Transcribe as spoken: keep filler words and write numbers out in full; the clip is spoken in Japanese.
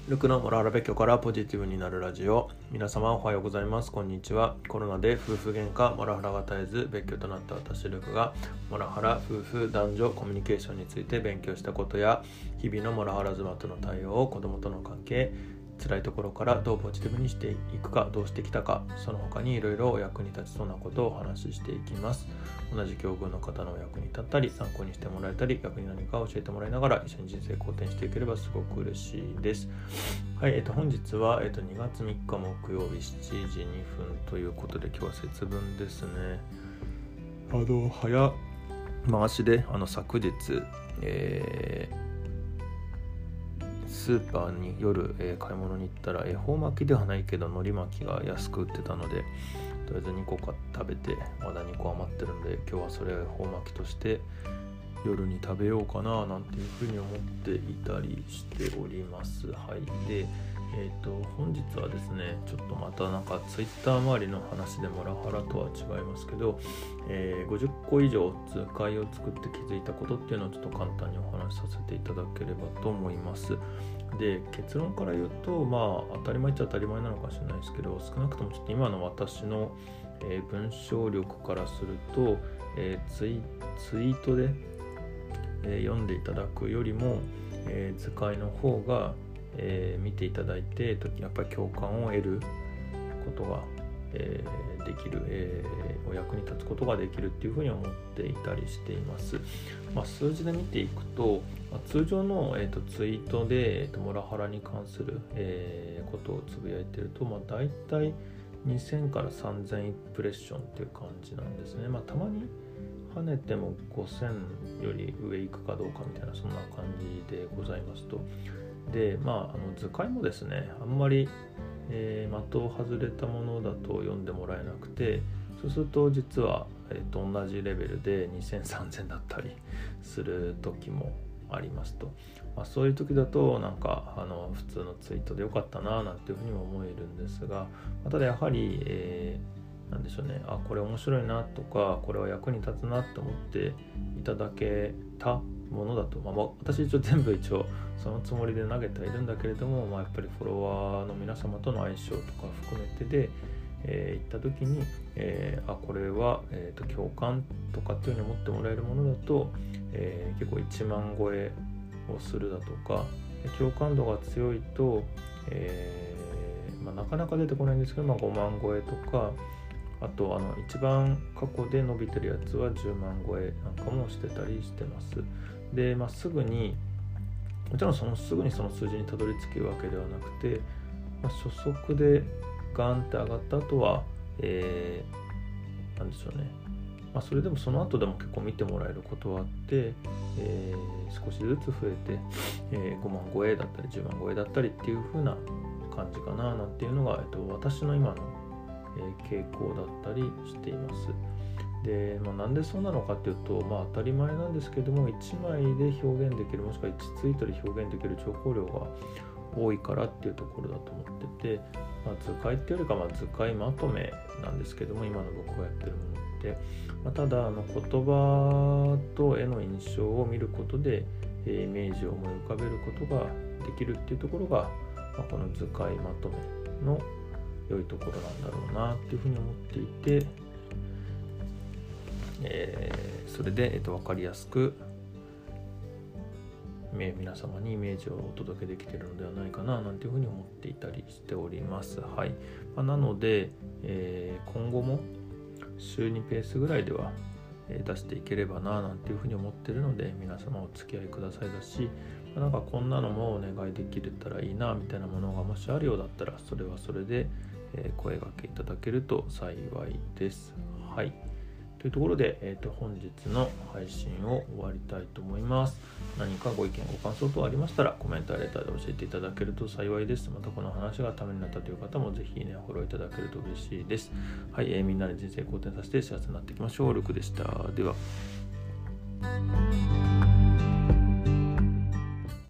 ルクのモラハラ別居からポジティブになるラジオ。皆様おはようございます。こんにちは。コロナで夫婦喧嘩モラハラが絶えず別居となった私ルクがモラハラ、夫婦、男女コミュニケーションについて勉強したことや日々のモラハラ妻との対応、子供との関係、辛いところからどうポジティブにしていくか、どうしてきたか、その他にいろいろお役に立ちそうなことをお話ししていきます。同じ境遇の方のお役に立ったり、参考にしてもらえたり、逆に何か教えてもらいながら一緒に人生好転していければすごく嬉しいです。はい、えっと本日は、えっと、にがつみっか木曜日しちじにふんということで、今日は節分ですね。あの早回しであの昨日、えースーパーに夜、えー、買い物に行ったら恵方巻きではないけど海苔巻きが安く売ってたので、とりあえずにこか食べて、まだにこ余ってるんで、今日はそれを恵方巻きとして夜に食べようかななんていうふうに思っていたりしております。はい。で、えっと本日はですね、ちょっとまたなんかツイッター周りの話でモラハラとは違いますけど、えー、ごじゅっこ以上図解を作って気づいたことっていうのをちょっと簡単にお話しさせていただければと思います。で、結論から言うと、まあ当たり前っちゃ当たり前なのかもしれないですけど、少なくともちょっと今の私の、えー、文章力からすると、えー、ツイ、ツイートで、えー、読んでいただくよりも、えー、図解の方がえー、見ていただいてやっぱり共感を得ることが、えー、できる、えー、お役に立つことができるっていうふうに思っていたりしています。まあ、数字で見ていくと、まあ、通常の、えー、とツイートで、えー、とモラハラに関する、えー、ことをつぶやいていると、まあ、大体にせんからさんぜんインプレッションっていう感じなんですね。まあ、たまに跳ねてもごせんより上行くかどうかみたいな、そんな感じでございますと。で、まあ、あの図解もですね、あんまり、えー、的を外れたものだと読んでもらえなくて、そうすると実は、えー、と同じレベルでにせん、さんぜんだったりする時もありますと。まあ、そういう時だとなんかあの普通のツイートでよかったななんていうふうにも思えるんですが、ただやはり、えー、なんでしょうね、あ、これ面白いなとか、これは役に立つなと思っていただけたものだと、まあ、私一応全部一応そのつもりで投げてはいるんだけれども、まあ、やっぱりフォロワーの皆様との相性とか含めてで、えー、行った時に、えー、あこれは、えー、と共感とかっていうふうに思ってもらえるものだと、えー、結構いちまん超えをするだとか、共感度が強いと、えーまあ、なかなか出てこないんですけど、まあ、ごまん超えとか、あとあの一番過去で伸びてるやつはじゅうまん超えなんかもしてたりしてます。で、まあ、すぐにもちろんそのすぐにその数字にたどり着けるわけではなくて、まあ、初速でガンって上がった後は、えー、なんでしょうね、まあ、それでもその後でも結構見てもらえることはあって、えー、少しずつ増えて、えー、ごまん超えだったりじゅうまん超えだったりっていう風な感じかななんていうのが、えっと、私の今の、えー、傾向だったりしています。で、まあ、なんでそうなのかっていうと、まあ、当たり前なんですけども、いちまいで表現できる、もしくはいちツイートで表現できる情報量が多いからっていうところだと思ってて、まあ、図解っていうよりかまあ図解まとめなんですけども、今の僕がやってるものって、まあ、ただあの言葉と絵の印象を見ることで、えー、イメージを思い浮かべることができるっていうところが、まあ、この図解まとめの良いところなんだろうなっていうふうに思っていて、えー、それで、えっと、分かりやすく皆様にイメージをお届けできているのではないかななんていうふうに思っていたりしております。はい。まあ、なので、えー、今後も週にペースぐらいでは出していければななんていうふうに思っているので、皆様お付き合いくださいだし、まあ、なんかこんなのもお願いできれたらいいなみたいなものがもしあるようだったら、それはそれで声掛けいただけると幸いです。はい。というところで、えーと、本日の配信を終わりたいと思います。何かご意見ご感想等ありましたらコメントやレターで教えていただけると幸いです。またこの話がためになったという方もぜひねフォローいただけると嬉しいです。はい、えー、みんなで人生好転させて幸せになっていきましょう。ルクでした。では。